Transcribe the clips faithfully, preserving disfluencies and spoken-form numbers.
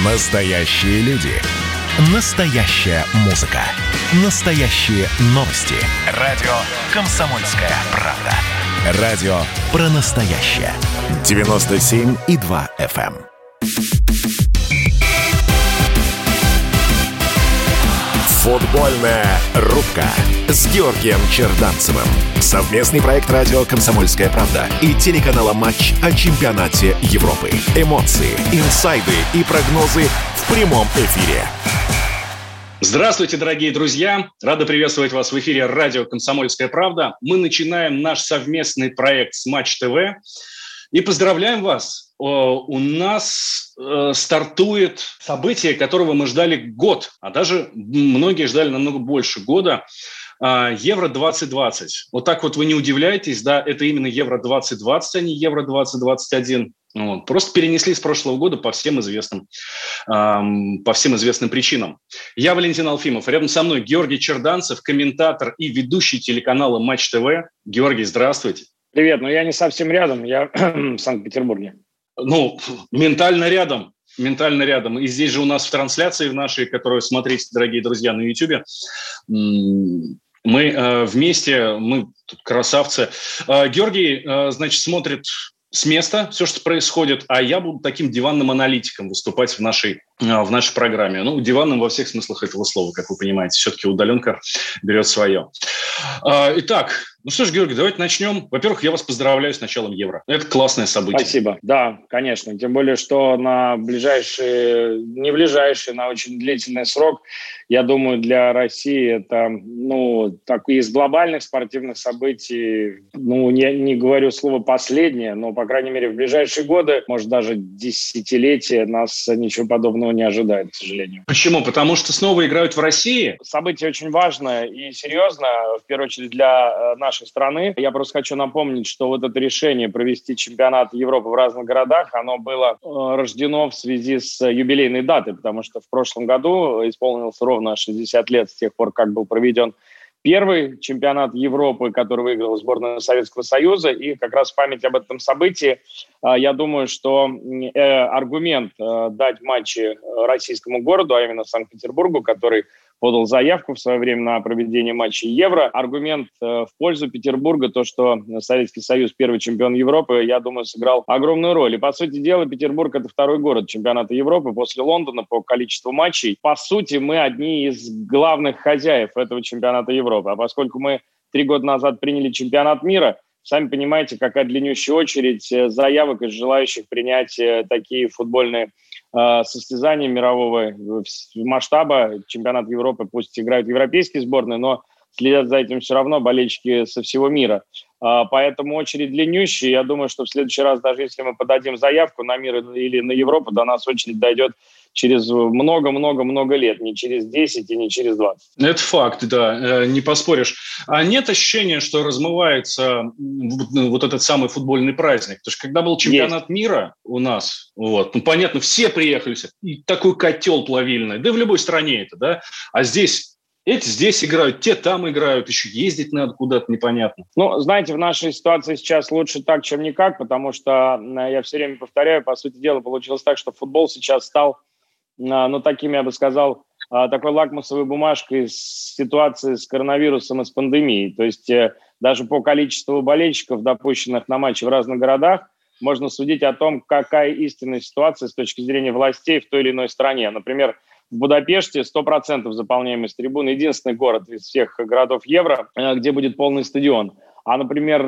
Настоящие люди. Настоящая музыка. Настоящие новости. Радио «Комсомольская правда». Радио про настоящее. девяносто семь и два эф эм. Футбольная рубка с Георгием Черданцевым. Совместный проект радио «Комсомольская правда» и телеканала «Матч» о чемпионате Европы. Эмоции, инсайды и прогнозы в прямом эфире. Здравствуйте, дорогие друзья! Рады приветствовать вас в эфире радио «Комсомольская правда». Мы начинаем наш совместный проект с Матч ТВ. И поздравляем вас! У нас э, стартует событие, которого мы ждали год, а даже многие ждали намного больше года. Э, Евро двадцать двадцать. Вот так вот вы не удивляйтесь, да, это именно Евро двадцать двадцать, а не Евро двадцать двадцать один. Вот. Просто перенесли с прошлого года по всем известным, эм, по всем известным причинам. Я Валентин Алфимов, рядом со мной Георгий Черданцев, комментатор и ведущий телеканала Матч ТВ. Георгий, здравствуйте. Привет, но я не совсем рядом, я в Санкт-Петербурге. Ну, ментально рядом, ментально рядом. И здесь же у нас в трансляции в нашей, которую смотрите, дорогие друзья, на Ютубе, мы э, вместе, мы тут красавцы. Э, Георгий, э, значит, смотрит с места все, что происходит, а я буду таким диванным аналитиком выступать в нашей, в нашей программе. Ну, диванным во всех смыслах этого слова, как вы понимаете. Все-таки удаленка берет свое. Итак, ну что ж, Георгий, давайте начнем. Во-первых, я вас поздравляю с началом Евро. Это классное событие. Спасибо. Да, конечно. Тем более, что на ближайший, не ближайший, на очень длительный срок, я думаю, для России это, ну, так, из глобальных спортивных событий, ну, я не говорю слово «последнее», но, по крайней мере, в ближайшие годы, может, даже десятилетия нас ничего подобного не ожидает, к сожалению. Почему? Потому что снова играют в России? Событие очень важное и серьезное, в первую очередь, для нашей страны. Я просто хочу напомнить, что вот это решение провести чемпионат Европы в разных городах, оно было э, рождено в связи с юбилейной датой, потому что в прошлом году исполнилось ровно шестьдесят лет с тех пор, как был проведен первый чемпионат Европы, который выиграла сборная Советского Союза, и как раз в память об этом событии, я думаю, что аргумент дать матчи российскому городу, а именно Санкт-Петербургу, который подал заявку в свое время на проведение матчей Евро, аргумент в пользу Петербурга, то, что Советский Союз первый чемпион Европы, я думаю, сыграл огромную роль. И, по сути дела, Петербург – это второй город чемпионата Европы после Лондона по количеству матчей. По сути, мы одни из главных хозяев этого чемпионата Европы. А поскольку мы три года назад приняли чемпионат мира, сами понимаете, какая длиннющая очередь заявок из желающих принять такие футбольные э, состязания мирового масштаба. Чемпионат Европы, пусть играют европейские сборные, но следят за этим все равно болельщики со всего мира. Э, поэтому очередь длиннющая. Я думаю, что в следующий раз, даже если мы подадим заявку на мир или на Европу, до нас очередь дойдет через много-много-много лет, не через десять и не через двадцать. Это факт, да, не поспоришь. А нет ощущения, что размывается вот этот самый футбольный праздник? Потому что когда был чемпионат Есть. мира у нас, вот, ну, понятно, все приехали, и такой котел плавильный, да и в любой стране это, да, а здесь... Эти здесь играют, те там играют, еще ездить надо куда-то непонятно. Ну, знаете, в нашей ситуации сейчас лучше так, чем никак, потому что, я все время повторяю, по сути дела, получилось так, что футбол сейчас стал, ну, таким, я бы сказал, такой лакмусовой бумажкой с ситуации с коронавирусом и с пандемией. То есть даже по количеству болельщиков, допущенных на матчи в разных городах, можно судить о том, какая истинная ситуация с точки зрения властей в той или иной стране. Например, в Будапеште сто процентов заполняемость трибун. Единственный город из всех городов Евро, где будет полный стадион. А, например,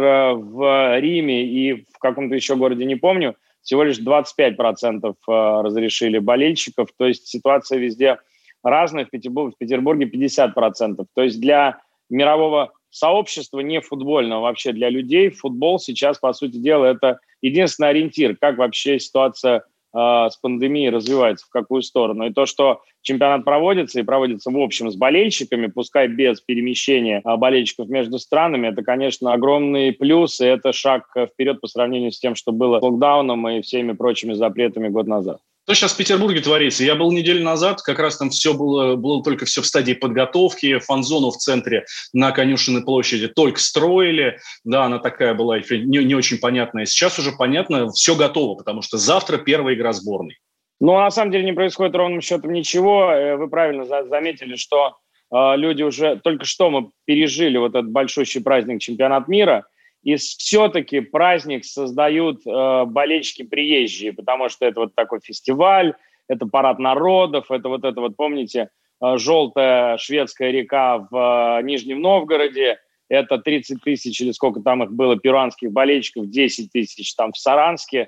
в Риме и в каком-то еще городе, не помню, всего лишь двадцать пять процентов разрешили болельщиков. То есть ситуация везде разная. В Петербурге, в Петербурге пятьдесят процентов. То есть для мирового сообщества, не футбольного, вообще для людей, футбол сейчас, по сути дела, это единственный ориентир, как вообще ситуация с пандемией развивается, в какую сторону. И то, что чемпионат проводится, и проводится в общем с болельщиками, пускай без перемещения болельщиков между странами, это, конечно, огромный плюс, и это шаг вперед по сравнению с тем, что было с локдауном и всеми прочими запретами год назад. Что сейчас в Петербурге творится? Я был неделю назад, как раз там все было, было только все в стадии подготовки, фан-зону в центре на Конюшенной площади только строили, да, она такая была не, не очень понятная. Сейчас уже понятно, все готово, потому что завтра первая игра сборной. Ну, на самом деле не происходит ровным счетом ничего. Вы правильно заметили, что э, люди уже... Только что мы пережили вот этот большущий праздник чемпионат мира, и все-таки праздник создают э, болельщики приезжие, потому что это вот такой фестиваль, это парад народов, это вот это вот, помните, э, желтая шведская река в э, Нижнем Новгороде, это тридцать тысяч или сколько там их было перуанских болельщиков, десять тысяч там в Саранске,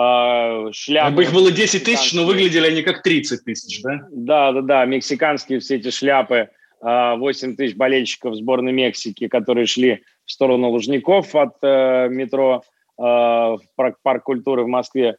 э, шляпы... Бы их было десять тысяч, но выглядели они как тридцать тысяч, да? Да, да, да, мексиканские все эти шляпы, восемь тысяч болельщиков сборной Мексики, которые шли в сторону Лужников от э, метро э, в парк, парк культуры в Москве.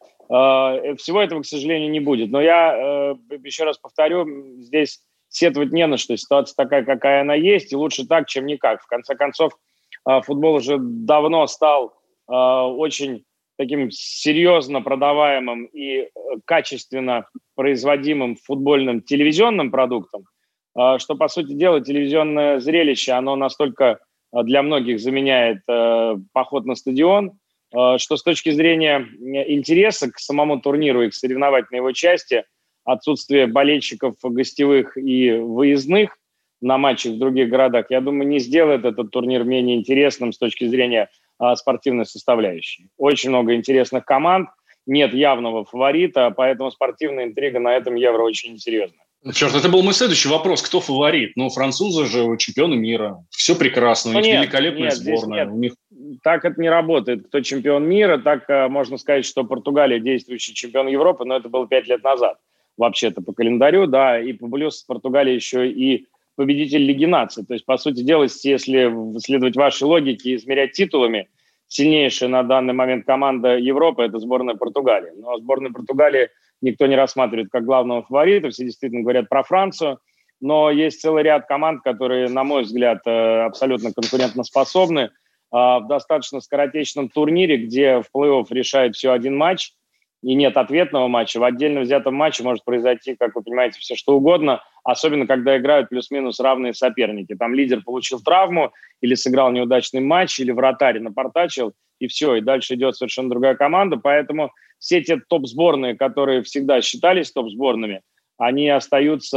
Э, всего этого, к сожалению, не будет. Но я э, еще раз повторю, здесь сетовать не на что. Ситуация такая, какая она есть, и лучше так, чем никак. В конце концов, э, футбол уже давно стал э, очень таким серьезно продаваемым и качественно производимым футбольным телевизионным продуктом, что, по сути дела, телевизионное зрелище, оно настолько для многих заменяет э, поход на стадион, э, что с точки зрения интереса к самому турниру и к соревновательной его части, отсутствие болельщиков гостевых и выездных на матчах в других городах, я думаю, не сделает этот турнир менее интересным с точки зрения э, спортивной составляющей. Очень много интересных команд, нет явного фаворита, поэтому спортивная интрига на этом Евро очень серьезная. Черт, это был мой следующий вопрос. Кто фаворит? Ну, французы же чемпионы мира. Все прекрасно. У них нет, великолепная нет, сборная. Нет. У них... Так это не работает. Кто чемпион мира, так э, можно сказать, что Португалия действующий чемпион Европы, но это было пять лет назад. Вообще-то по календарю, да. И плюс Португалия еще и победитель Лиги наций. То есть, по сути дела, если следовать вашей логике и измерять титулами, сильнейшая на данный момент команда Европы – это сборная Португалии. Но сборная Португалии никто не рассматривает как главного фаворита, все действительно говорят про Францию, но есть целый ряд команд, которые, на мой взгляд, абсолютно конкурентоспособны. В достаточно скоротечном турнире, где в плей-офф решает все один матч, и нет ответного матча, в отдельно взятом матче может произойти, как вы понимаете, все что угодно, особенно когда играют плюс-минус равные соперники. Там лидер получил травму, или сыграл неудачный матч, или вратарь напортачил, и все, и дальше идет совершенно другая команда. Поэтому все те топ-сборные, которые всегда считались топ-сборными, они остаются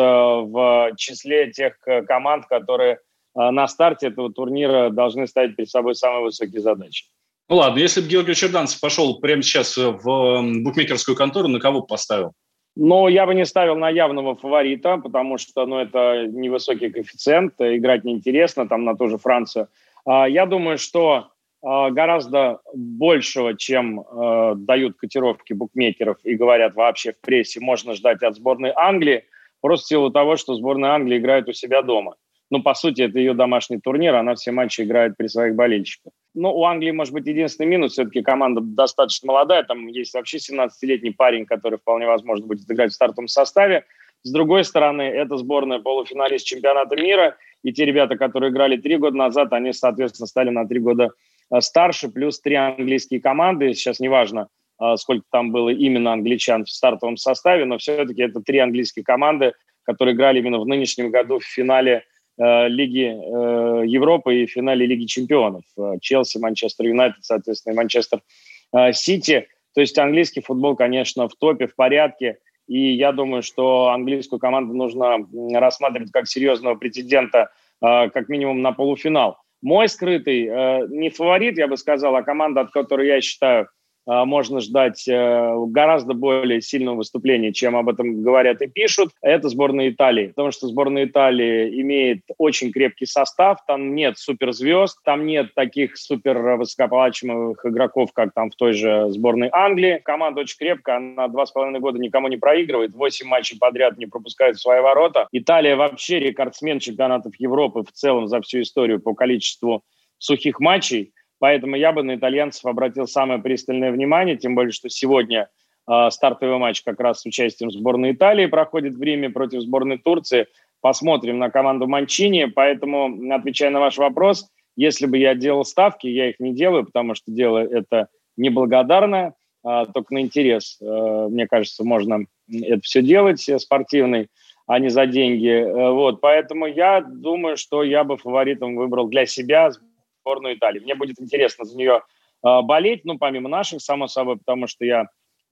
в числе тех команд, которые на старте этого турнира должны ставить перед собой самые высокие задачи. Ну ладно, если бы Георгий Черданцев пошел прямо сейчас в букмекерскую контору, на кого бы поставил? Ну, я бы не ставил на явного фаворита, потому что ну, это невысокий коэффициент, играть неинтересно, там на ту же Францию. Я думаю, что гораздо большего, чем э, дают котировки букмекеров и говорят вообще в прессе, можно ждать от сборной Англии, просто в силу того, что сборная Англии играет у себя дома. Ну, по сути, это ее домашний турнир, она все матчи играет при своих болельщиках. Но у Англии, может быть, единственный минус, все-таки команда достаточно молодая, там есть вообще семнадцатилетний парень, который вполне возможно будет играть в стартовом составе. С другой стороны, это сборная полуфиналист чемпионата мира, и те ребята, которые играли три года назад, они, соответственно, стали на три года старше, плюс три английские команды. Сейчас неважно, сколько там было именно англичан в стартовом составе, но все-таки это три английские команды, которые играли именно в нынешнем году в финале э, Лиги э, Европы и в финале Лиги Чемпионов. Челси, Манчестер Юнайтед, соответственно, и Манчестер э, Сити. То есть английский футбол, конечно, в топе, в порядке. И я думаю, что английскую команду нужно рассматривать как серьезного претендента э, как минимум на полуфинал. Мой скрытый, э, не фаворит, я бы сказал, а команда, от которой, я считаю, э, можно ждать э, гораздо более сильного выступления, чем об этом говорят и пишут, это сборная Италии. Потому что сборная Италии имеет очень крепкий состав, там нет суперзвезд, там нет таких супер высокооплачиваемых игроков, как там в той же сборной Англии. Команда очень крепкая, она два с половиной года никому не проигрывает, восемь матчей подряд не пропускает в свои ворота. Италия вообще рекордсмен чемпионатов Европы в целом за всю историю по количеству сухих матчей. Поэтому я бы на итальянцев обратил самое пристальное внимание, тем более, что сегодня э, стартовый матч как раз с участием сборной Италии проходит в Риме против сборной Турции. Посмотрим на команду Манчини. Поэтому, отвечая на ваш вопрос, если бы я делал ставки, я их не делаю, потому что дело это неблагодарное, э, только на интерес. Э, мне кажется, можно это все делать э, спортивный, а не за деньги. Э, вот. Поэтому я думаю, что я бы фаворитом выбрал для себя сборную Италии. Мне будет интересно за нее э, болеть, ну, помимо наших, само собой, потому что я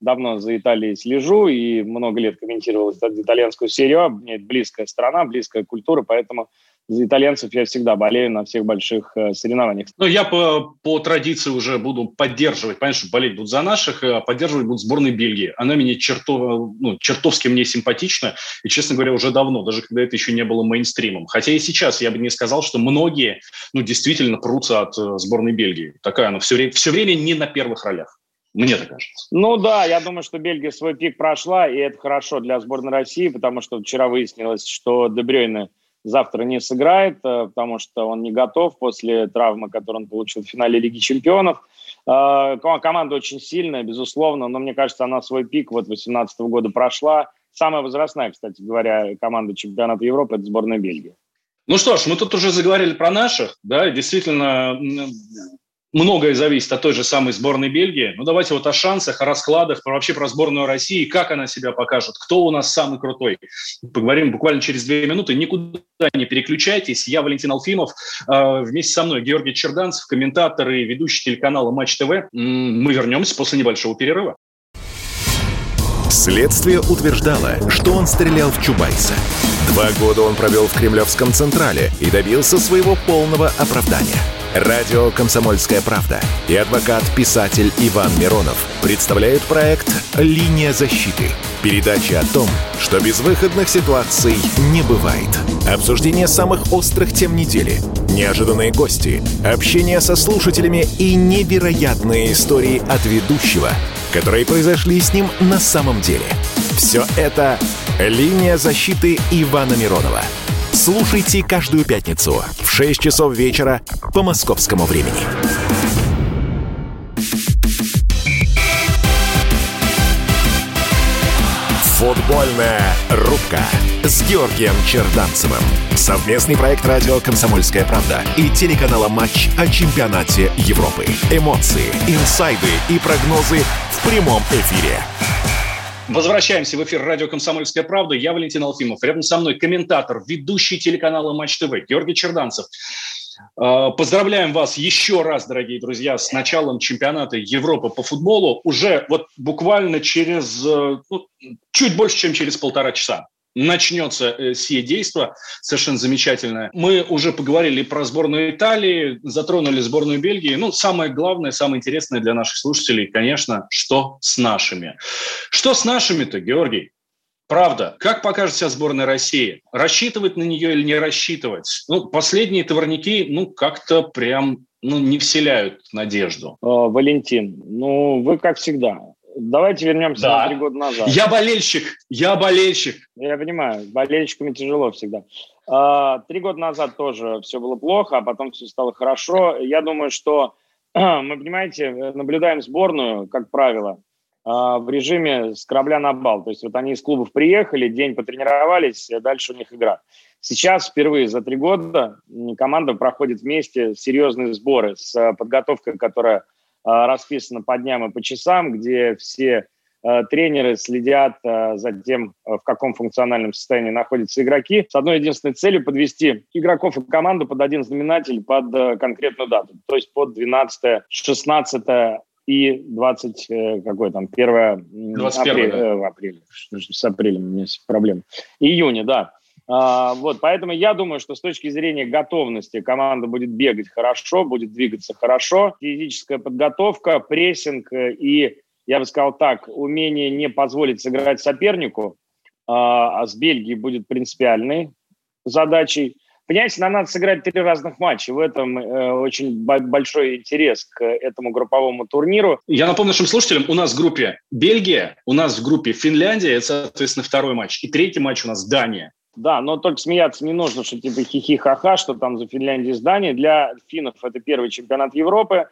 давно за Италией слежу и много лет комментировал итальянскую серию А. Мне это близкая страна, близкая культура, поэтому за итальянцев я всегда болею на всех больших э, соревнованиях. Ну, я по, по традиции уже буду поддерживать, понятно, что болеть будут за наших, а поддерживать будут сборную Бельгии. Она мне черто, ну, чертовски мне симпатична, и, честно говоря, уже давно, даже когда это еще не было мейнстримом. Хотя и сейчас я бы не сказал, что многие, ну, действительно прутся от э, сборной Бельгии. Такая она все, все время не на первых ролях. Мне так кажется. Ну да, я думаю, что Бельгия свой пик прошла, и это хорошо для сборной России, потому что вчера выяснилось, что Де Брюйне завтра не сыграет, потому что он не готов после травмы, которую он получил в финале Лиги чемпионов. Команда очень сильная, безусловно, но мне кажется, она свой пик вот две тысячи восемнадцатого года прошла. Самая возрастная, кстати говоря, команда чемпионата Европы – это сборная Бельгии. Ну что ж, мы тут уже заговорили про наших, да, действительно, многое зависит от той же самой сборной Бельгии. Ну, давайте вот о шансах, о раскладах, вообще про сборную России, как она себя покажет, кто у нас самый крутой. Поговорим буквально через две минуты. Никуда не переключайтесь. Я Валентин Алфимов. Вместе со мной Георгий Черданцев, комментатор и ведущий телеканала Матч ТВ. Мы вернемся после небольшого перерыва. Следствие утверждало, что он стрелял в Чубайса. Два года он провел в Кремлевском Централе и добился своего полного оправдания. Радио «Комсомольская правда» и адвокат-писатель Иван Миронов представляют проект «Линия защиты». Передача о том, что безвыходных ситуаций не бывает. Обсуждение самых острых тем недели, неожиданные гости, общение со слушателями и невероятные истории от ведущего, которые произошли с ним на самом деле. Все это «Линия защиты» Ивана Миронова. Слушайте каждую пятницу в шесть часов вечера по московскому времени. Футбольная рубка с Георгием Черданцевым. Совместный проект радио «Комсомольская правда» и телеканала «Матч» о чемпионате Европы. Эмоции, инсайды и прогнозы в прямом эфире. Возвращаемся в эфир радио «Комсомольская правда». Я Валентин Алфимов. Рядом со мной комментатор, ведущий телеканала Матч ТВ Георгий Черданцев. Поздравляем вас еще раз, дорогие друзья, с началом чемпионата Европы по футболу. Уже вот буквально через, ну, чуть больше, чем через полтора часа начнется э, сие действо, совершенно замечательное. Мы уже поговорили про сборную Италии, затронули сборную Бельгии. Ну, самое главное, самое интересное для наших слушателей, конечно, что с нашими. Что с нашими-то, Георгий? Правда, как покажет себя сборная России? Рассчитывать на нее или не рассчитывать? Ну, последние товарники, ну, как-то прям, ну, не вселяют надежду. О, Валентин, ну, вы как всегда. Давайте вернемся да. на три года назад. Я болельщик, я болельщик. Я понимаю, болельщиками тяжело всегда. А, три года назад тоже все было плохо, а потом все стало хорошо. Я думаю, что мы, понимаете, наблюдаем сборную, как правило, в режиме с корабля на бал. То есть вот они из клубов приехали, день потренировались, а дальше у них игра. Сейчас впервые за три года команда проходит вместе серьезные сборы с подготовкой, которая расписано по дням и по часам, где все э, тренеры следят э, за тем, в каком функциональном состоянии находятся игроки, с одной единственной целью – подвести игроков и команду под один знаменатель, под э, конкретную дату, то есть под двенадцатое, шестнадцатое и двадцать, э, какой там, первое апреля, да. э, апреля, с апрелем у меня есть проблемы, июня, да. А, вот, поэтому я думаю, что с точки зрения готовности команда будет бегать хорошо, будет двигаться хорошо. Физическая подготовка, прессинг и, я бы сказал так, умение не позволить сыграть сопернику, а, а с Бельгией будет принципиальной задачей. Понимаете, нам надо сыграть три разных матча. В этом э, очень б- большой интерес к этому групповому турниру. Я напомню нашим слушателям, у нас в группе Бельгия, у нас в группе Финляндия, это, соответственно, второй матч. И третий матч у нас Дания. Да, но только смеяться не нужно, что типа хихи-ха-ха, что там за Финляндией с Данией. Для финнов это первый чемпионат Европы,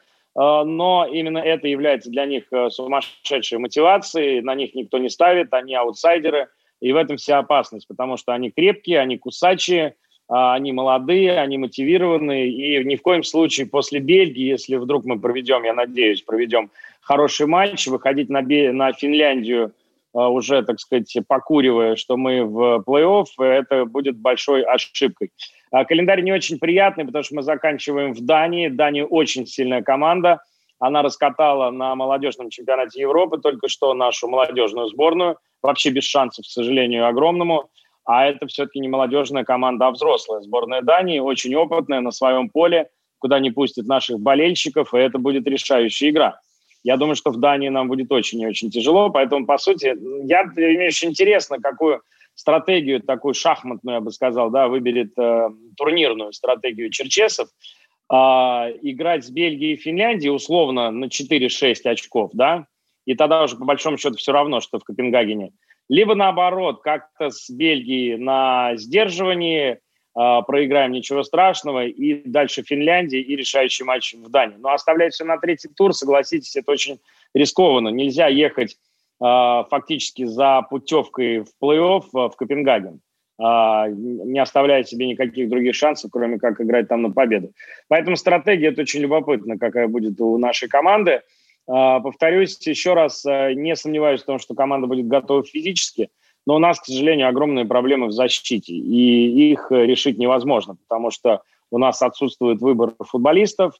но именно это является для них сумасшедшей мотивацией. На них никто не ставит, они аутсайдеры. И в этом вся опасность, потому что они крепкие, они кусачие, они молодые, они мотивированные. И ни в коем случае после Бельгии, если вдруг мы проведем, я надеюсь, проведем хороший матч, выходить на, Бе- на Финляндию уже, так сказать, покуривая, что мы в плей-офф, это будет большой ошибкой. А календарь не очень приятный, потому что мы заканчиваем в Дании. Дания очень сильная команда. Она раскатала на молодежном чемпионате Европы только что нашу молодежную сборную. Вообще без шансов, к сожалению, огромному. А это все-таки не молодежная команда, а взрослая сборная Дании, очень опытная на своем поле, куда не пустят наших болельщиков, и это будет решающая игра. Я думаю, что в Дании нам будет очень и очень тяжело, поэтому, по сути, я, мне очень интересно, какую стратегию, такую шахматную, я бы сказал, да, выберет э, турнирную стратегию черчесов. Э, играть с Бельгией и Финляндией условно на четыре-шесть очков, да, и тогда уже по большому счету все равно, что в Копенгагене. Либо наоборот, как-то с Бельгией на сдерживании, проиграем, ничего страшного, и дальше Финляндия и решающий матч в Дании. Но оставлять все на третий тур, согласитесь, это очень рискованно. Нельзя ехать э, фактически за путевкой в плей-офф в Копенгаген, э, не оставляя себе никаких других шансов, кроме как играть там на победу. Поэтому стратегия, это очень любопытно, какая будет у нашей команды. Э, повторюсь еще раз, э, не сомневаюсь в том, что команда будет готова физически, но у нас, к сожалению, огромные проблемы в защите, и их решить невозможно, потому что у нас отсутствует выбор футболистов,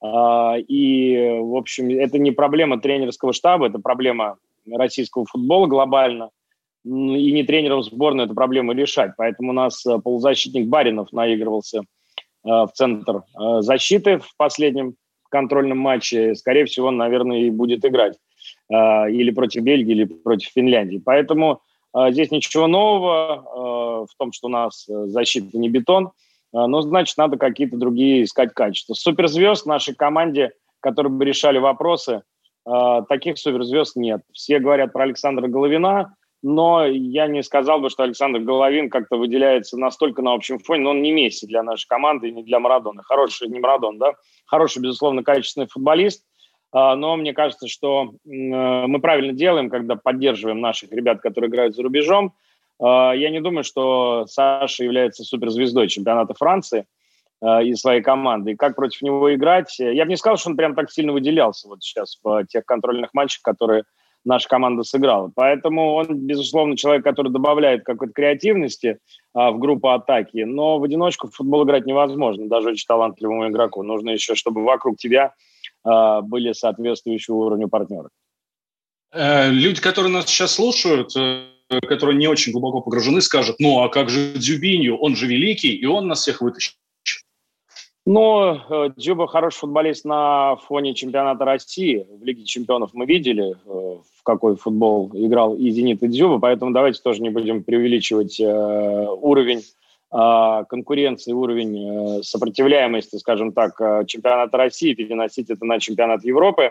и, в общем, это не проблема тренерского штаба, это проблема российского футбола глобально, и не тренеров сборной эту проблему решать. Поэтому у нас полузащитник Баринов наигрывался в центр защиты в последнем контрольном матче. Скорее всего, он, наверное, и будет играть или против Бельгии, или против Финляндии. Поэтому здесь ничего нового в том, что у нас защита не бетон, но, значит, надо какие-то другие искать качества. Суперзвезд в нашей команде, которые бы решали вопросы, таких суперзвезд нет. Все говорят про Александра Головина, но я не сказал бы, что Александр Головин как-то выделяется настолько на общем фоне, но он не Месси для нашей команды и не для Марадоны. Хороший, не Марадон, да? Хороший, безусловно, качественный футболист. Но мне кажется, что мы правильно делаем, когда поддерживаем наших ребят, которые играют за рубежом. Я не думаю, что Саша является суперзвездой чемпионата Франции из своей команды. И как против него играть? Я бы не сказал, что он прям так сильно выделялся вот сейчас в тех контрольных матчах, которые наша команда сыграла. Поэтому он, безусловно, человек, который добавляет какой-то креативности в группу атаки. Но в одиночку в футбол играть невозможно, даже очень талантливому игроку. Нужно еще, чтобы вокруг тебя были соответствующего уровню партнеры. Люди, которые нас сейчас слушают, которые не очень глубоко погружены, скажут: ну а как же Дзюбинью, он же великий, и он нас всех вытащит. Ну, Дзюба хороший футболист на фоне чемпионата России. В Лиге чемпионов мы видели, в какой футбол играл и «Зенит», и Дзюба, поэтому давайте тоже не будем преувеличивать уровень конкуренции, уровень сопротивляемости, скажем так, чемпионата России, переносить это на чемпионат Европы.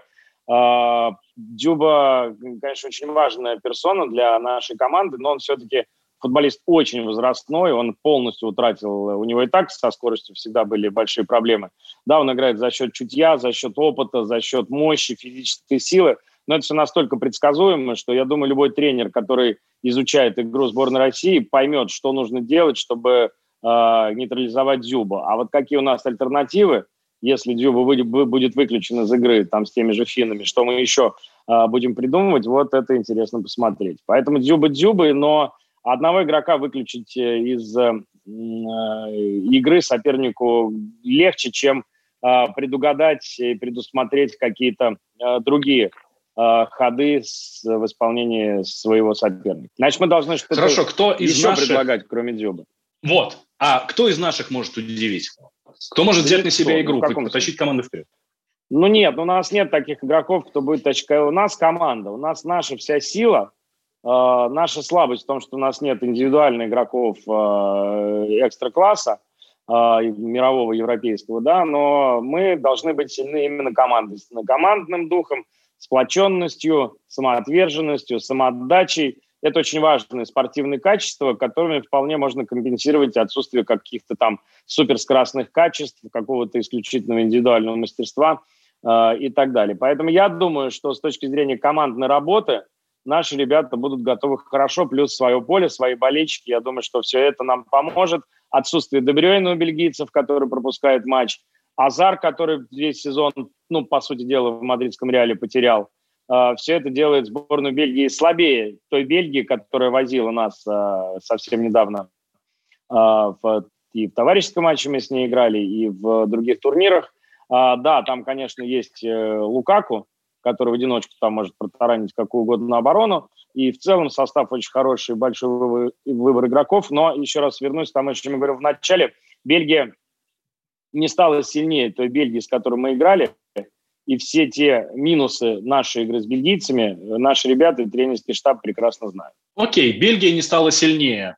Дзюба, конечно, очень важная персона для нашей команды, но он все-таки футболист очень возрастной, он полностью утратил, у него и так со скоростью всегда были большие проблемы. Да, он играет за счет чутья, за счет опыта, за счет мощи, физической силы, но это все настолько предсказуемо, что я думаю, любой тренер, который изучает игру сборной России, поймет, что нужно делать, чтобы э, нейтрализовать Дзюба. А вот какие у нас альтернативы, если Дзюба будет выключен из игры там, с теми же финнами, что мы еще э, будем придумывать, вот это интересно посмотреть. Поэтому Дзюба Дзюбы, но одного игрока выключить из э, игры сопернику легче, чем э, предугадать и предусмотреть какие-то э, другие э, ходы с, в исполнении своего соперника. Значит, мы должны что-то Хорошо, кто из еще наших... предлагать, кроме Дзюбы. Вот. А кто из наших может удивить? Кто может Да взять на никто. себя игру, Ну, потащить команду вперед? Ну нет, у нас нет таких игроков, кто будет тащить. У нас команда, у нас наша вся сила. Uh, наша слабость в том, что у нас нет индивидуальных игроков uh, экстра-класса, uh, мирового, европейского, да, но мы должны быть сильны именно командой, с командным духом, сплоченностью, самоотверженностью, самоотдачей. Это очень важные спортивные качества, которыми вполне можно компенсировать отсутствие каких-то там суперскоростных качеств, какого-то исключительного индивидуального мастерства uh, и так далее. Поэтому я думаю, что с точки зрения командной работы наши ребята будут готовы хорошо, плюс свое поле, свои болельщики. Я думаю, что все это нам поможет. Отсутствие Де Брюйне у бельгийцев, который пропускает матч. Азар, который весь сезон, ну, по сути дела, в мадридском Реале потерял. Все это делает сборную Бельгии слабее той Бельгии, которая возила нас совсем недавно. И в товарищеском матче мы с ней играли, и в других турнирах. А, да, там, конечно, есть э, Лукаку, который в одиночку там может протаранить какую угодно оборону. И в целом состав очень хороший, большой выбор, выбор игроков. Но, еще раз вернусь, там, еще мы говорим в начале, Бельгия не стала сильнее той Бельгии, с которой мы играли. И все те минусы нашей игры с бельгийцами наши ребята и тренерский штаб прекрасно знают. Окей, Бельгия не стала сильнее.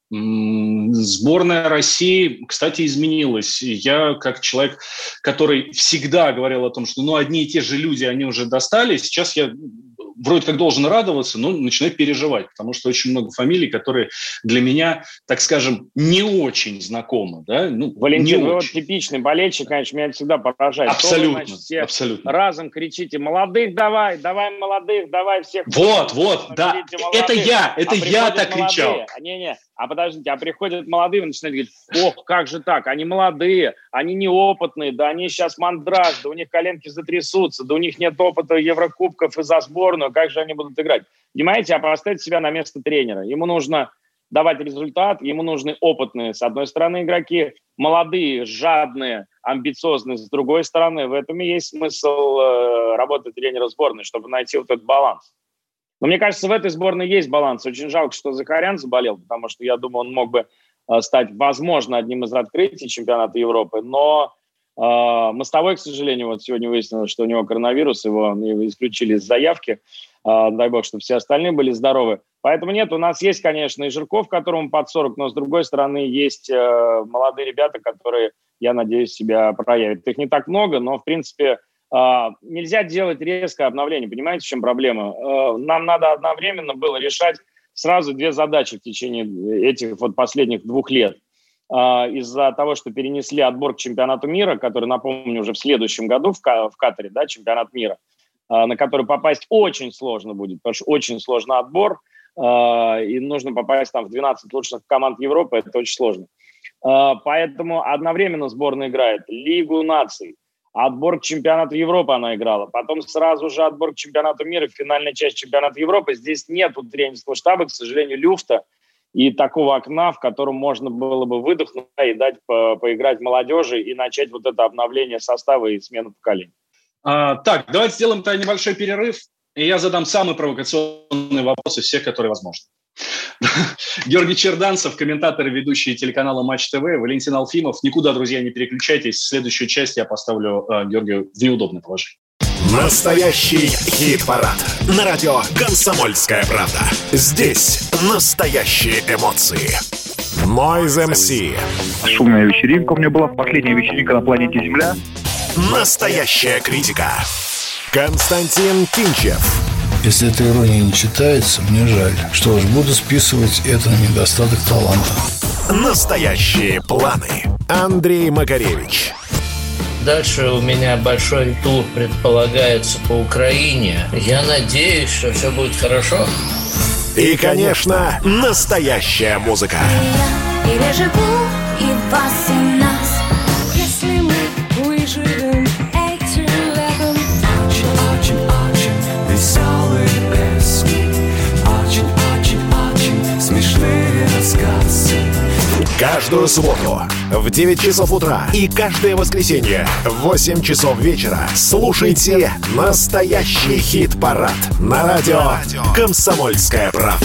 Сборная России, кстати, изменилась. Я, как человек, который всегда говорил о том, что ну, одни и те же люди, они уже достали, сейчас я вроде как должен радоваться, но начинаю переживать, потому что очень много фамилий, которые для меня, так скажем, не очень знакомы. Да? Ну, Валентин, вы вот типичный болельщик, конечно, меня всегда поражает. Абсолютно, вы, значит, все абсолютно. Разом кричите: молодых давай, давай молодых, давай всех. Вот, вот, да, это я, это а я так молодые. кричал. Не-не, а подождите, а приходят молодые, вы начинаете говорить: ох, как же так, они молодые, они неопытные, да они сейчас мандраж, да у них коленки затрясутся, да у них нет опыта Еврокубков и за сборную, как же они будут играть? Понимаете, а поставьте себя на место тренера. Ему нужно давать результат, ему нужны опытные, с одной стороны, игроки, молодые, жадные, амбициозные, с другой стороны. В этом и есть смысл э, работы тренера сборной, чтобы найти вот этот баланс. Но мне кажется, в этой сборной есть баланс. Очень жалко, что Захарян заболел, потому что я думаю, он мог бы э, стать, возможно, одним из открытий чемпионата Европы. Но э, Мостовой, к сожалению, вот сегодня выяснилось, что у него коронавирус, его, его исключили из заявки. Э, дай бог, чтобы все остальные были здоровы. Поэтому нет, у нас есть, конечно, и Жирков, которому под сорок, но, с другой стороны, есть э, молодые ребята, которые, я надеюсь, себя проявят. Их не так много, но, в принципе, Uh, нельзя делать резкое обновление. Понимаете, в чем проблема? Uh, нам надо одновременно было решать сразу две задачи в течение этих вот последних двух лет. Uh, из-за того, что перенесли отбор к чемпионату мира, который, напомню, уже в следующем году в, Ка- в Катаре, да, чемпионат мира, uh, на который попасть очень сложно будет, потому что очень сложный отбор, uh, и нужно попасть там в двенадцать лучших команд Европы, это очень сложно. Uh, поэтому одновременно сборная играет Лигу наций, отбор к чемпионату Европы она играла. Потом сразу же отбор к чемпионату мира, финальная часть чемпионата Европы. Здесь нет у тренерского штаба, к сожалению, люфта и такого окна, в котором можно было бы выдохнуть и дать по- поиграть молодежи и начать вот это обновление состава и смену поколений. А, так, давайте сделаем тогда небольшой перерыв, и я задам самый провокационный вопрос из всех, которые возможны. Георгий Черданцев, комментатор и ведущий телеканала Матч ТВ, Валентин Алфимов. Никуда, друзья, не переключайтесь. Следующую часть я поставлю э, Георгию в неудобное положение. Настоящий хит-парад на радио «Комсомольская правда». Здесь настоящие эмоции. Noise эм си. Шумная вечеринка у меня была, последняя вечеринка на планете Земля. Настоящая критика. Константин Кинчев. Если эта ирония не читается, мне жаль. Что ж, буду списывать это на недостаток таланта. Настоящие планы. Андрей Макаревич. Дальше у меня большой тур предполагается по Украине. Я надеюсь, что все будет хорошо. И, конечно, настоящая музыка. Я переживу и вас, и нас, если мы выживем эти летом. Очень-очень-очень веселые песни, очень-очень-очень смешные рассказы. Каждую субботу в девять часов утра и каждое воскресенье в восемь часов вечера слушайте настоящий хит-парад на радио «Комсомольская правда».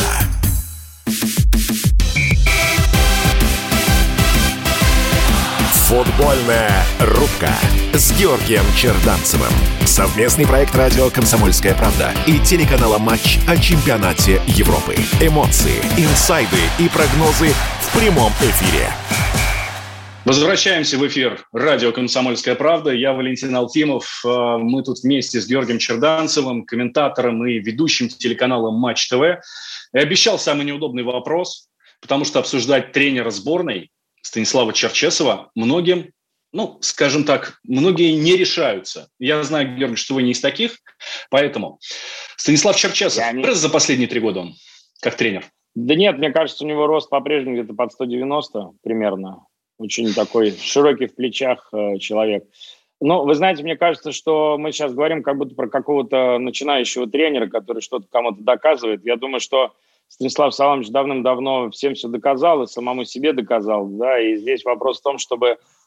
Футбольная рубка с Георгием Черданцевым. Совместный проект радио «Комсомольская правда» и телеканала «Матч» о чемпионате Европы. Эмоции, инсайды и прогнозы в прямом эфире. Возвращаемся в эфир радио «Комсомольская правда». Я Валентин Алфимов. Мы тут вместе с Георгием Черданцевым, комментатором и ведущим телеканала «Матч ТВ». И обещал самый неудобный вопрос, потому что обсуждать тренера сборной Станислава Черчесова многим, ну, скажем так, многие не решаются. Я знаю, Георгий, что вы не из таких, поэтому Станислав Черчесов, не... за последние три года он как тренер? Да нет, мне кажется, у него рост по-прежнему где-то под сто девяносто примерно. Очень такой широкий в плечах э, человек. Ну, вы знаете, мне кажется, что мы сейчас говорим как будто про какого-то начинающего тренера, который что-то кому-то доказывает. Я думаю, что Станислав Саламович давным-давно всем все доказал и самому себе доказал, да, и здесь вопрос в том, чтобы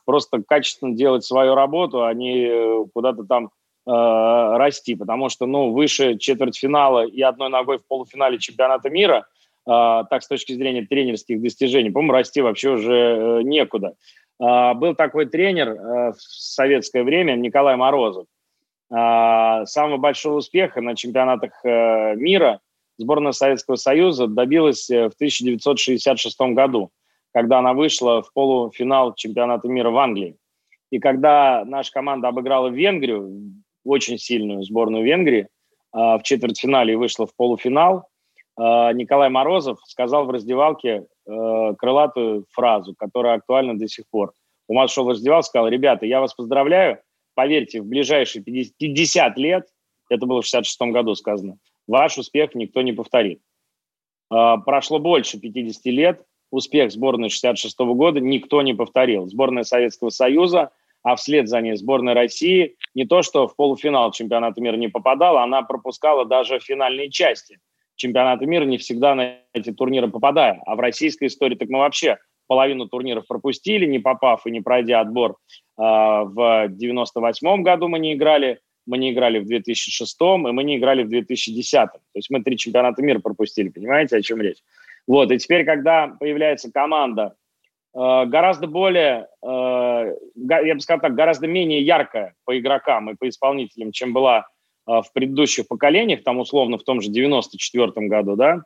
просто качественно делать свою работу, а не куда-то там э, расти. Потому что, ну, выше четвертьфинала и одной ногой в полуфинале чемпионата мира, э, так с точки зрения тренерских достижений, по-моему, расти вообще уже э, некуда. Э, был такой тренер э, в советское время, Николай Морозов. Э, самого большого успеха на чемпионатах э, мира сборная Советского Союза добилась в тысяча девятьсот шестьдесят шестом году, когда она вышла в полуфинал чемпионата мира в Англии. И когда наша команда обыграла Венгрию, очень сильную сборную Венгрии, в четвертьфинале и вышла в полуфинал, Николай Морозов сказал в раздевалке крылатую фразу, которая актуальна до сих пор. Он вошел в раздевалку, сказал: ребята, я вас поздравляю, поверьте, в ближайшие пятьдесят лет, это было в шестьдесят шестом году сказано, ваш успех никто не повторит. Прошло больше пятидесяти лет, успех сборной шестьдесят шестого года никто не повторил. Сборная Советского Союза, а вслед за ней сборная России, не то что в полуфинал чемпионата мира не попадала, она пропускала даже финальные части чемпионата мира, не всегда на эти турниры попадая. А в российской истории так мы вообще половину турниров пропустили, не попав и не пройдя отбор. В девяносто восьмом году мы не играли, мы не играли в две тысячи шестом, и мы не играли в две тысячи десятом. То есть мы три чемпионата мира пропустили, понимаете, о чем речь? Вот, и теперь, когда появляется команда э, гораздо более, э, я бы сказал так, гораздо менее яркая по игрокам и по исполнителям, чем была э, в предыдущих поколениях, там условно в том же девяносто четвёртом году, да,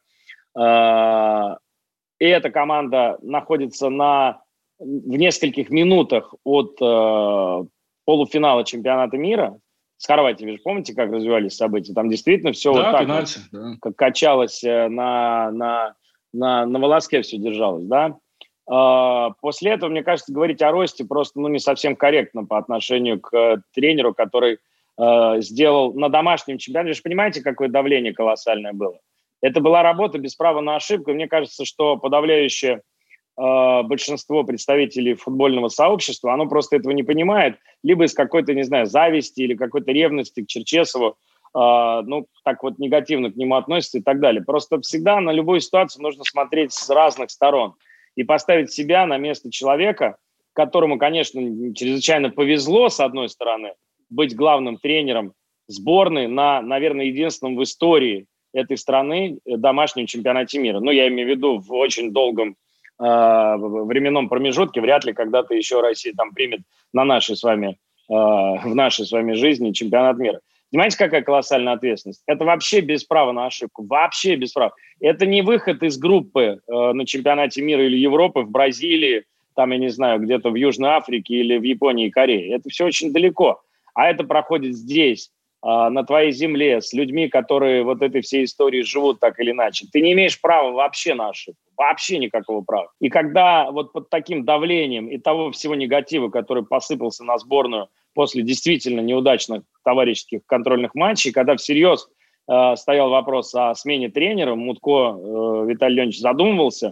э, и эта команда находится на, в нескольких минутах от э, полуфинала чемпионата мира. С Хорватией, вы же помните, как развивались события? Там действительно все да, вот так пенальти, вот, да. Как качалось на, на, на, на волоске все держалось, да? А, после этого, мне кажется, говорить о росте просто ну, не совсем корректно по отношению к тренеру, который а, сделал на домашнем чемпионате. Вы же понимаете, какое давление колоссальное было? Это была работа без права на ошибку. И мне кажется, что подавляющее большинство представителей футбольного сообщества, оно просто этого не понимает, либо из какой-то, не знаю, зависти или какой-то ревности к Черчесову, э, ну, так вот негативно к нему относится и так далее. Просто всегда на любую ситуацию нужно смотреть с разных сторон и поставить себя на место человека, которому, конечно, чрезвычайно повезло, с одной стороны, быть главным тренером сборной на, наверное, единственном в истории этой страны домашнем чемпионате мира. Ну, я имею в виду в очень долгом в временном промежутке, вряд ли когда-то еще Россия там примет на нашей с вами, в нашей с вами жизни чемпионат мира. Понимаете, какая колоссальная ответственность? Это вообще без права на ошибку, вообще без права. Это не выход из группы на чемпионате мира или Европы в Бразилии, там, я не знаю, где-то в Южной Африке или в Японии и Корее. Это все очень далеко. А это проходит здесь, на твоей земле, с людьми, которые вот этой всей историей живут так или иначе. Ты не имеешь права вообще на ошибку. Вообще никакого права. И когда вот под таким давлением и того всего негатива, который посыпался на сборную после действительно неудачных товарищеских контрольных матчей, когда всерьез э, стоял вопрос о смене тренера, Мутко э, Виталий Леонидович задумывался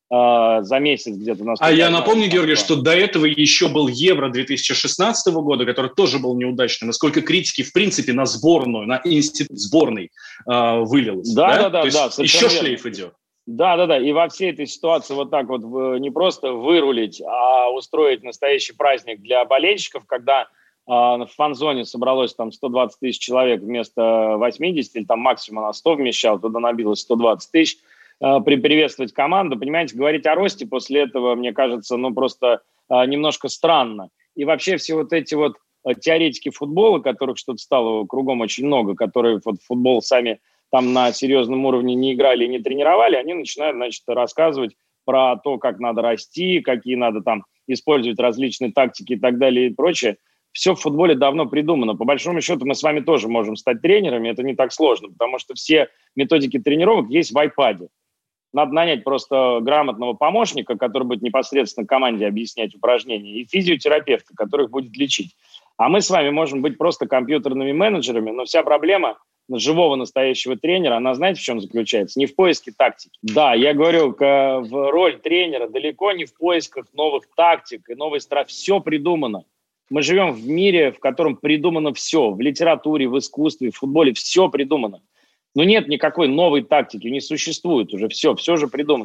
э, за месяц где-то. А я напомню, Георгий, что до этого еще был Евро две тысячи шестнадцатого года, который тоже был неудачным. Насколько критики, в принципе, на сборную, на институт сборной э, вылилось. Да, да, да. То да, есть еще верно. Шлейф идет. Да, да, да. И во всей этой ситуации вот так вот не просто вырулить, а устроить настоящий праздник для болельщиков, когда э, в фан-зоне собралось там сто двадцать тысяч человек вместо восьмидесяти, или там максимум на сто вмещал, туда набилось сто двадцать тысяч, э, приветствовать команду. Понимаете, говорить о росте после этого, мне кажется, ну просто э, немножко странно. И вообще все вот эти вот теоретики футбола, которых что-то стало кругом очень много, которые вот футбол сами там на серьезном уровне не играли и не тренировали, они начинают, значит, рассказывать про то, как надо расти, какие надо там использовать различные тактики и так далее и прочее. Все в футболе давно придумано. По большому счету мы с вами тоже можем стать тренерами, это не так сложно, потому что все методики тренировок есть в айпаде. Надо нанять просто грамотного помощника, который будет непосредственно команде объяснять упражнения, и физиотерапевта, который их будет лечить. А мы с вами можем быть просто компьютерными менеджерами, но вся проблема живого настоящего тренера, она знаете, в чем заключается? Не в поиске тактики. Да, я говорю, в роль тренера далеко не в поисках новых тактик и новой стратегии. Все придумано. Мы живем в мире, в котором придумано все. В литературе, в искусстве, в футболе все придумано. Но нет никакой новой тактики, не существует уже. Все, все же придумано.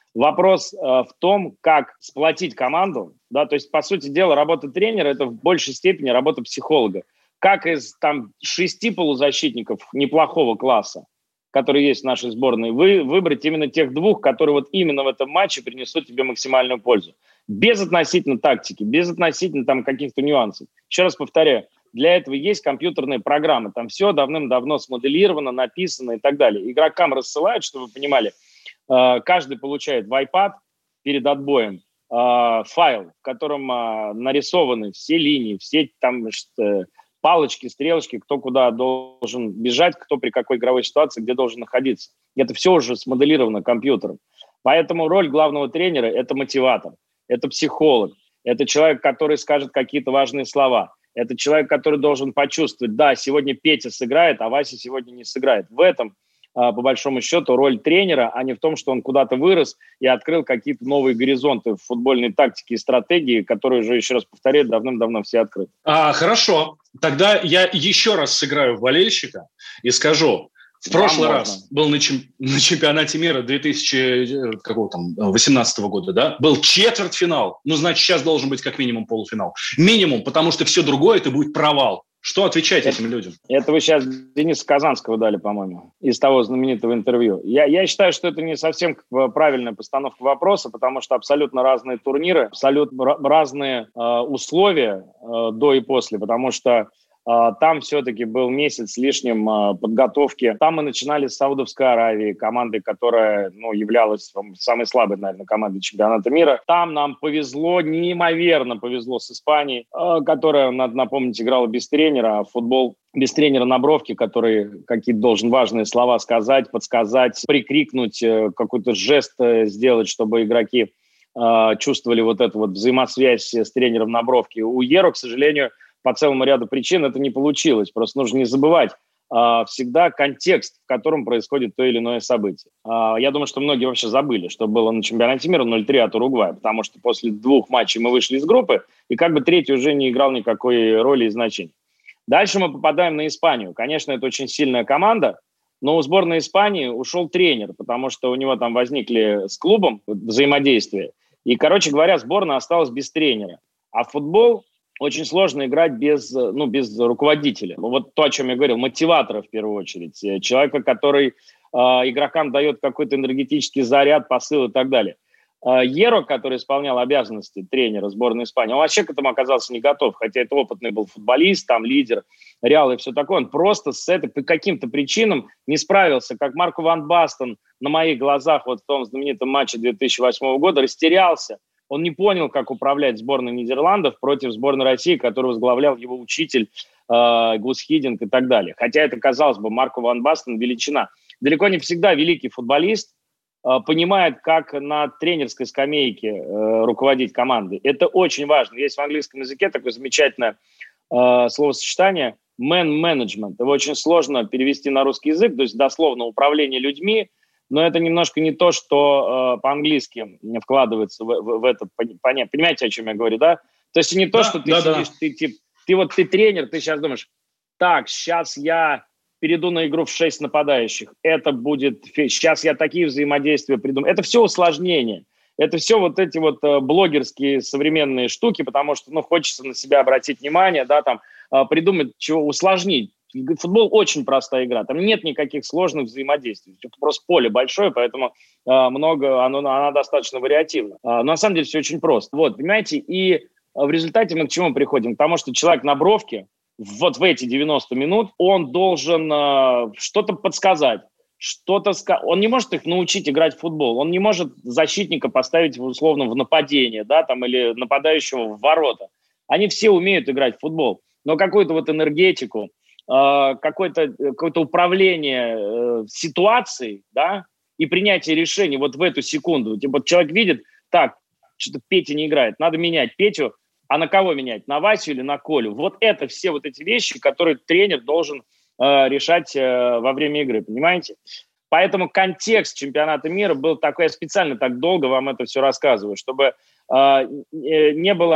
Вопрос э, в том, как сплотить команду, да, то есть, по сути дела, работа тренера – это в большей степени работа психолога. Как из там шести полузащитников неплохого класса, которые есть в нашей сборной, вы, выбрать именно тех двух, которые вот именно в этом матче принесут тебе максимальную пользу. Без относительно тактики, без относительно там каких-то нюансов. Еще раз повторяю, для этого есть компьютерные программы, там все давным-давно смоделировано, написано и так далее. Игрокам рассылают, чтобы вы понимали, каждый получает в iPad перед отбоем э, файл, в котором э, нарисованы все линии, все там что, палочки, стрелочки, кто куда должен бежать, кто при какой игровой ситуации, где должен находиться. Это все уже смоделировано компьютером. Поэтому роль главного тренера – это мотиватор, это психолог, это человек, который скажет какие-то важные слова, это человек, который должен почувствовать, да, сегодня Петя сыграет, а Вася сегодня не сыграет. В этом по большому счету, роль тренера, а не в том, что он куда-то вырос и открыл какие-то новые горизонты в футбольной тактике и стратегии, которые уже, еще раз повторяю, давным-давно все открыты. А, хорошо. Тогда я еще раз сыграю в болельщика и скажу. В прошлый Вам раз можно. был на, чем, на чемпионате мира две тысячи восемнадцатого года, да? Был четвертьфинал. Ну, значит, сейчас должен быть как минимум полуфинал. Минимум, потому что все другое это будет провал. Что отвечать это, этим людям? Это вы сейчас Дениса Казанского дали, по-моему, из того знаменитого интервью. Я, я считаю, что это не совсем правильная постановка вопроса, потому что абсолютно разные турниры, абсолютно разные э, условия э, до и после, потому что э, там все-таки был месяц с лишним э, подготовки. Там мы начинали с Саудовской Аравии, команды, которая ну, являлась самой слабой, наверное, командой чемпионата мира. Там нам повезло, неимоверно повезло с Испанией, э, которая, надо напомнить, играла без тренера, а футбол без тренера на бровке, который какие-то должен важные слова сказать, подсказать, прикрикнуть, э, какой-то жест э, сделать, чтобы игроки э, чувствовали вот эту вот взаимосвязь с тренером на бровке. У Еро, к сожалению, по целому ряду причин это не получилось. Просто нужно не забывать э, всегда контекст, в котором происходит то или иное событие. Э, я думаю, что многие вообще забыли, что было на чемпионате мира ноль три от Уругвая, потому что после двух матчей мы вышли из группы, и как бы третий уже не играл никакой роли и значения. Дальше мы попадаем на Испанию. Конечно, это очень сильная команда, но у сборной Испании ушел тренер, потому что у него там возникли с клубом взаимодействия. И, короче говоря, сборная осталась без тренера. А в футбол очень сложно играть без, ну, без руководителя. Вот то, о чем я говорил, мотиватора в первую очередь. Человека, который э, игрокам дает какой-то энергетический заряд, посыл и так далее. Еро, который исполнял обязанности тренера сборной Испании, он вообще к этому оказался не готов, хотя это опытный был футболист, там лидер Реала и все такое. Он просто с этой, по каким-то причинам не справился, как Марко ван Бастен на моих глазах вот в том знаменитом матче две тысячи восьмого года растерялся. Он не понял, как управлять сборной Нидерландов против сборной России, которую возглавлял его учитель э, Гус Хидинг и так далее. Хотя это, казалось бы, Марко ван Бастен величина. Далеко не всегда великий футболист понимает, как на тренерской скамейке э, руководить командой. Это очень важно. Есть в английском языке такое замечательное э, словосочетание man-management. Его очень сложно перевести на русский язык, то есть дословно управление людьми, но это немножко не то, что э, по-английски вкладывается в, в, в это понятие. Понимаете, о чем я говорю, да? То есть не то, да, что ты да, сидишь, да. Ты, ты, ты вот ты тренер, ты сейчас думаешь, так, сейчас я перейду на игру в шесть нападающих. Это будет... Сейчас я такие взаимодействия придумаю. Это все усложнение. Это все вот эти вот э, блогерские современные штуки, потому что, ну, хочется на себя обратить внимание, да, там, э, придумать, чего усложнить. Футбол очень простая игра. Там нет никаких сложных взаимодействий. Это просто поле большое, поэтому э, много... Оно, она достаточно вариативна. Э, но на самом деле все очень просто. Вот, понимаете? И в результате мы к чему приходим? К тому, что человек на бровке вот в эти девяносто минут он должен э, что-то подсказать, что-то ска... он не может их научить играть в футбол, он не может защитника поставить условно в нападение, да, там, или нападающего в ворота. Они все умеют играть в футбол, но какую-то вот энергетику, э, какое-то, какое-то управление э, ситуацией, да, и принятие решений вот в эту секунду. Типа человек видит, так, что-то Петя не играет, надо менять Петю. А на кого менять? На Васю или на Колю? Вот это все вот эти вещи, которые тренер должен э, решать э, во время игры, понимаете? Поэтому контекст чемпионата мира был такой, я специально так долго вам это все рассказываю, чтобы э, не было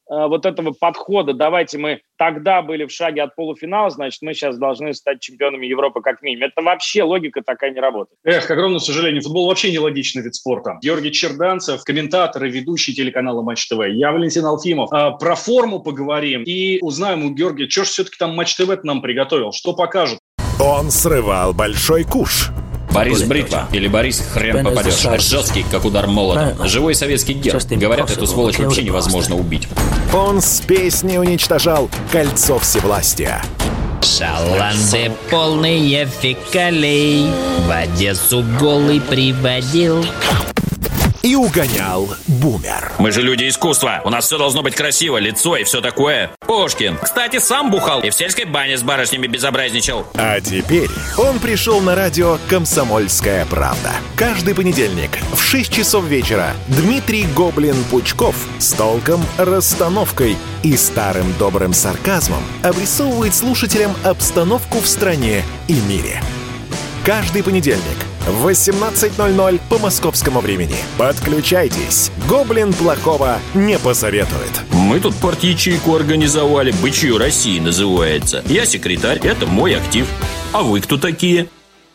э, вот этого подхода, давайте мы тогда были в шаге от полуфинала, значит, мы сейчас должны стать чемпионами Европы как минимум. Это вообще логика такая не работает. Эх, к огромному сожалению, футбол вообще нелогичный вид спорта. Георгий Черданцев, комментатор и ведущий телеканала Матч ТВ. Я Валентин Алфимов. А, про форму поговорим и узнаем у Георгия, что же все-таки там Матч ТВ нам приготовил, что покажут. Он срывал большой куш. Борис Бритва или Борис хрен попадешь. Жесткий, как удар молотом. Живой советский герб. Говорят, эту сволочь вообще невозможно убить. Он с песней уничтожал кольцо всевластия. Шаланды полные фекалей в Одессу голый приводил. И угонял бумер. Мы же люди искусства. У нас все должно быть красиво, лицо и все такое. Пушкин, кстати, сам бухал и в сельской бане с барышнями безобразничал. А теперь он пришел на радио «Комсомольская правда». Каждый понедельник в шесть часов вечера Дмитрий Гоблин-Пучков с толком, расстановкой и старым добрым сарказмом обрисовывает слушателям обстановку в стране и мире. Каждый понедельник в восемнадцать ноль ноль по московскому времени. Подключайтесь. Гоблин плохого не посоветует. Мы тут порт-ячейку организовали. «Бычье России» называется. Я секретарь, это мой актив. А вы кто такие?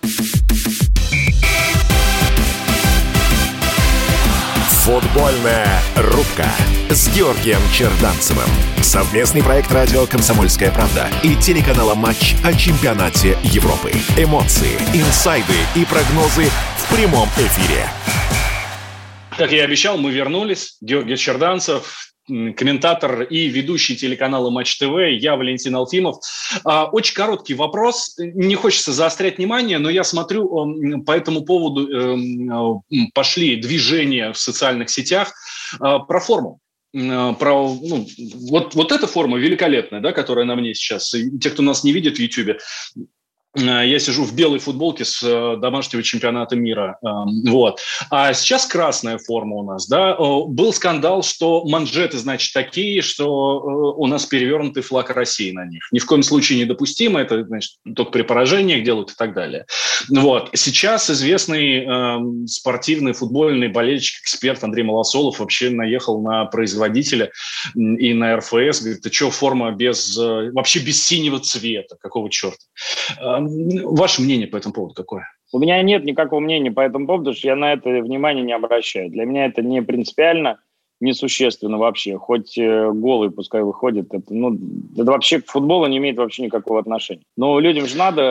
Футбольная рубка с Георгием Черданцевым. Совместный проект радио «Комсомольская правда» и телеканала «Матч» о чемпионате Европы. Эмоции, инсайды и прогнозы в прямом эфире. Как я и обещал, мы вернулись. Георгий Черданцев, комментатор и ведущий телеканала Матч ТВ, я Валентин Алфимов. Очень короткий вопрос, не хочется заострять внимание, но я смотрю, по этому поводу пошли движения в социальных сетях про форму. Про, ну, вот, вот эта форма великолепная, да, которая на мне сейчас. И те, кто нас не видит в Ютьюбе, я сижу в белой футболке с домашнего чемпионата мира. Вот. А сейчас красная форма у нас. Да? Был скандал, что манжеты, значит, такие, что у нас перевернутый флаг России на них. Ни в коем случае недопустимо. Это, значит, только при поражениях делают и так далее. Вот. Сейчас известный э, спортивный футбольный болельщик, эксперт Андрей Малосолов вообще наехал на производителя и на эр эф эс. Говорит, ты что, форма без, вообще без синего цвета? Какого черта? Ваше мнение по этому поводу какое? У меня нет никакого мнения по этому поводу, потому что я на это внимание не обращаю. Для меня это не принципиально, несущественно вообще. Хоть голый пускай выходит. Это, ну, это вообще к футболу не имеет вообще никакого отношения. Но людям же надо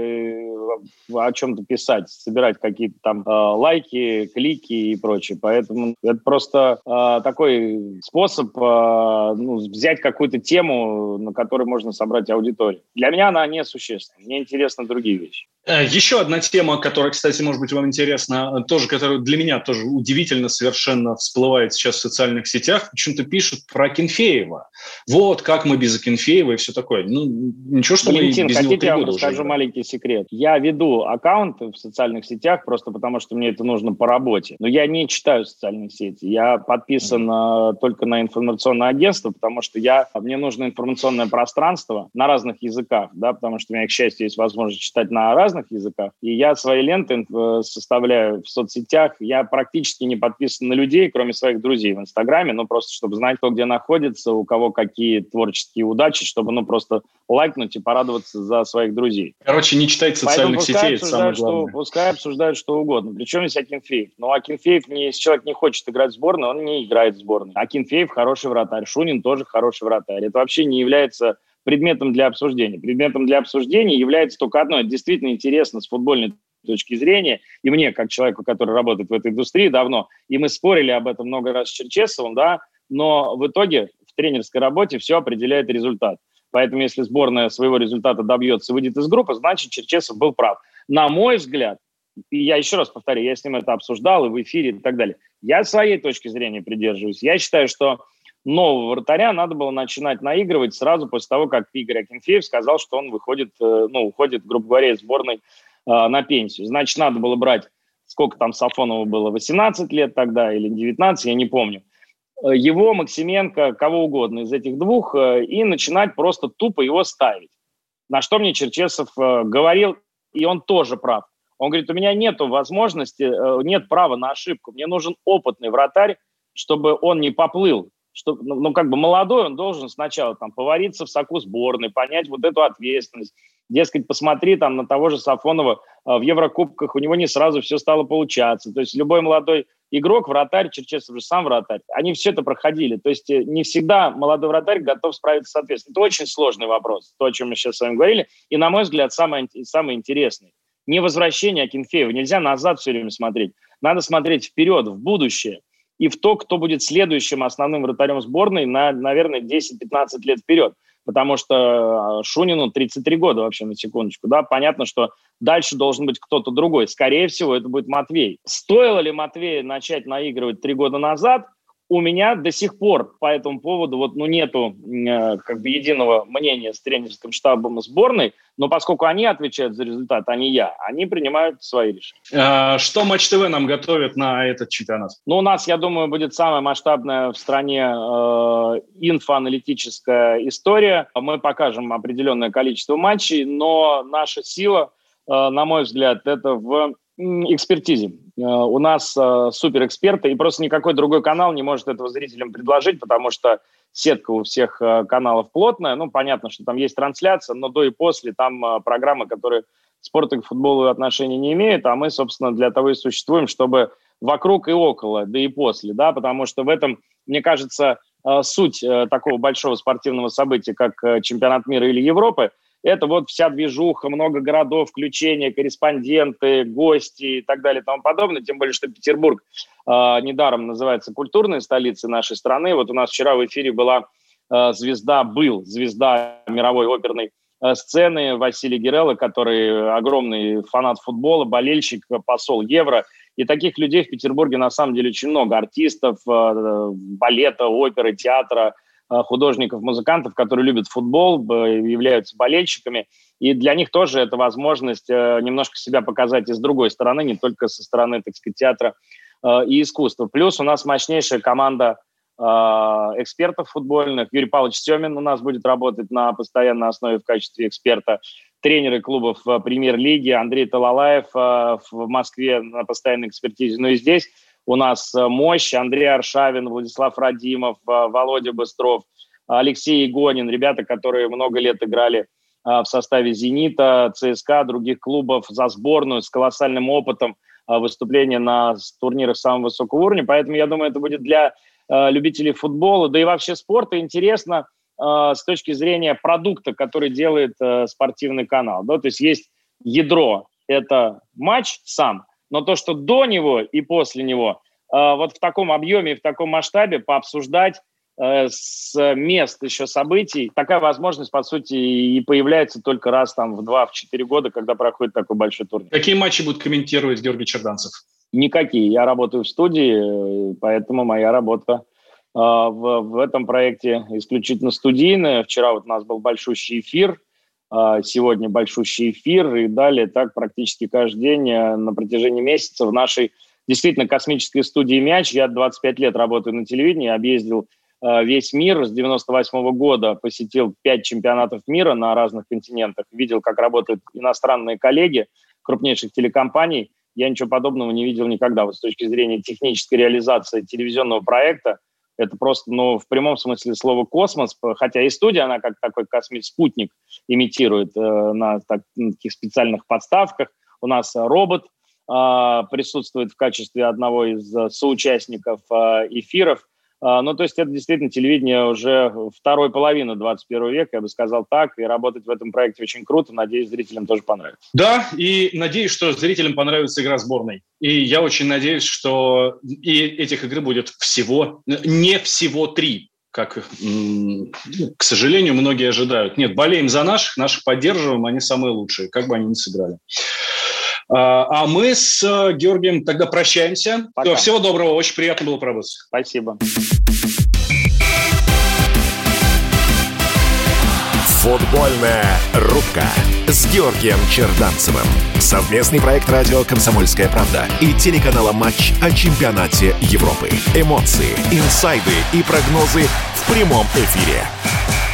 о чем-то писать, собирать какие-то там э, лайки, клики и прочее. Поэтому это просто э, такой способ э, ну, взять какую-то тему, на которой можно собрать аудиторию. Для меня она несущественна. Мне интересны другие вещи. Еще одна тема, которая, кстати, может быть, вам интересна, тоже, которая для меня тоже удивительно совершенно всплывает сейчас в социальных сетях. Почему-то пишут про Акинфеева. Вот, как мы без Акинфеева и все такое. Ну, ничего, что Валентин, мы без хотите, него я вам расскажу маленький секрет. Я веду аккаунты в социальных сетях просто потому, что мне это нужно по работе. Но я не читаю социальные сети. Я подписан mm-hmm. только на информационное агентство, потому что я, мне нужно информационное пространство на разных языках, да, потому что у меня, к счастью, есть возможность читать на разных языках. И я свои ленты составляю в соцсетях. Я практически не подписан на людей, кроме своих друзей в Инстаграме, ну, просто чтобы знать, кто где находится, у кого какие творческие удачи, чтобы, ну, просто лайкнуть и порадоваться за своих друзей. Короче, не читайте социальных сетей, это самое главное. Что, пускай обсуждают что угодно. Причем здесь Акинфеев. Но Акинфеев, не, если человек не хочет играть в сборную, он не играет в сборную. Акинфеев хороший вратарь, Шунин тоже хороший вратарь. Это вообще не является предметом для обсуждения. Предметом для обсуждения является только одно. Это действительно интересно с футбольной точки зрения. И мне, как человеку, который работает в этой индустрии давно, и мы спорили об этом много раз с Черчесовым, да, но в итоге в тренерской работе все определяет результат. Поэтому если сборная своего результата добьется и выйдет из группы, значит, Черчесов был прав. На мой взгляд, и я еще раз повторю, я с ним это обсуждал и в эфире и так далее, я своей точки зрения придерживаюсь. Я считаю, что нового вратаря надо было начинать наигрывать сразу после того, как Игорь Акинфеев сказал, что он выходит, ну, уходит, грубо говоря, из сборной э, на пенсию. Значит, надо было брать, сколько там Сафонову было, восемнадцать лет тогда или девятнадцать, я не помню. Его, Максименко, кого угодно из этих двух, и начинать просто тупо его ставить. На что мне Черчесов говорил, и он тоже прав. Он говорит, у меня нет возможности, нет права на ошибку. Мне нужен опытный вратарь, чтобы он не поплыл. что, ну, как бы молодой, он должен сначала там повариться в соку сборной, понять вот эту ответственность. Дескать, посмотри там на того же Сафонова в Еврокубках, у него не сразу все стало получаться. То есть любой молодой игрок, вратарь, Черчесов же сам вратарь, они все это проходили. То есть не всегда молодой вратарь готов справиться с ответственностью. Это очень сложный вопрос, то, о чем мы сейчас с вами говорили. И, на мой взгляд, самый, самый интересный. Не возвращение Акинфеева. Нельзя назад все время смотреть. Надо смотреть вперед, в будущее. И в то, кто будет следующим основным вратарем сборной на, наверное, десять-пятнадцать лет вперед. Потому что Шунину тридцать три года вообще, на секундочку. Да? Понятно, что дальше должен быть кто-то другой. Скорее всего, это будет Матвей. Стоило ли Матвею начать наигрывать три года назад? У меня до сих пор по этому поводу вот, ну, нету э, как бы единого мнения с тренерским штабом сборной, но поскольку они отвечают за результат, а не я, они принимают свои решения. А, что Матч ТВ нам готовит на этот чемпионат? Ну, у нас, я думаю, будет самая масштабная в стране э, инфоаналитическая история. Мы покажем определенное количество матчей, но наша сила, э, на мой взгляд, это в экспертизе. У нас э, суперэксперты, и просто никакой другой канал не может этого зрителям предложить, потому что сетка у всех э, каналов плотная. Ну, понятно, что там есть трансляция, но до и после там э, программы, которые к спорту и к футболу отношения не имеют, а мы, собственно, для того и существуем, чтобы вокруг и около, да и после, да, потому что в этом, мне кажется, э, суть э, такого большого спортивного события, как э, чемпионат мира или Европы, это вот вся движуха, много городов, включения, корреспонденты, гости и так далее и тому подобное. Тем более, что Петербург э, недаром называется культурной столицей нашей страны. Вот у нас вчера в эфире была э, звезда, был звезда мировой оперной э, сцены Василий Гирелло, который огромный фанат футбола, болельщик, посол Евро. И таких людей в Петербурге на самом деле очень много. Артистов, э, балета, оперы, театра, художников, музыкантов, которые любят футбол, являются болельщиками. И для них тоже это возможность немножко себя показать и с другой стороны, не только со стороны, так сказать, театра и искусства. Плюс у нас мощнейшая команда экспертов футбольных. Юрий Павлович Семин у нас будет работать на постоянной основе в качестве эксперта. Тренеры клубов премьер-лиги Андрей Талалаев в Москве на постоянной экспертизе. Ну и здесь у нас мощь. Андрей Аршавин, Владислав Радимов, Володя Быстров, Алексей Игонин. Ребята, которые много лет играли в составе «Зенита», ЦСКА, других клубов за сборную с колоссальным опытом выступления на турнирах самого высокого уровня. Поэтому, я думаю, это будет для любителей футбола, да и вообще спорта интересно с точки зрения продукта, который делает спортивный канал. Да? То есть есть ядро – это матч сам, но то, что до него и после него, э, вот в таком объеме и в таком масштабе пообсуждать э, с мест еще событий, такая возможность, по сути, и появляется только раз там в два-четыре года, когда проходит такой большой турнир. Какие матчи будет комментировать Георгий Черданцев? Никакие. Я работаю в студии, поэтому моя работа э, в, в этом проекте исключительно студийная. Вчера вот у нас был большущий эфир, сегодня большущий эфир, и далее так практически каждый день на протяжении месяца в нашей действительно космической студии «Мяч». Я двадцать пять лет работаю на телевидении, объездил весь мир. С девяносто восьмого года посетил пять чемпионатов мира на разных континентах, видел, как работают иностранные коллеги крупнейших телекомпаний. Я ничего подобного не видел никогда. Вот с точки зрения технической реализации телевизионного проекта, это просто, ну, в прямом смысле слова космос, хотя и студия, она как такой космический спутник имитирует э, на, так, на таких специальных подставках. У нас робот э, присутствует в качестве одного из соучастников э, эфиров. Э, ну, то есть это действительно телевидение уже второй половины двадцать первого века, я бы сказал так, и работать в этом проекте очень круто. Надеюсь, зрителям тоже понравится. Да, и надеюсь, что зрителям понравится игра сборной. И я очень надеюсь, что и этих игр будет всего, не всего три, как, к сожалению, многие ожидают. Нет, болеем за наших, наших поддерживаем, они самые лучшие, как бы они ни сыграли. А мы с Георгием тогда прощаемся. Пока. Всего доброго, очень приятно было поработать. Спасибо. Футбольная рубка с Георгием Черданцевым. Совместный проект радио «Комсомольская правда» и телеканала «Матч» о чемпионате Европы. Эмоции, инсайды и прогнозы в прямом эфире.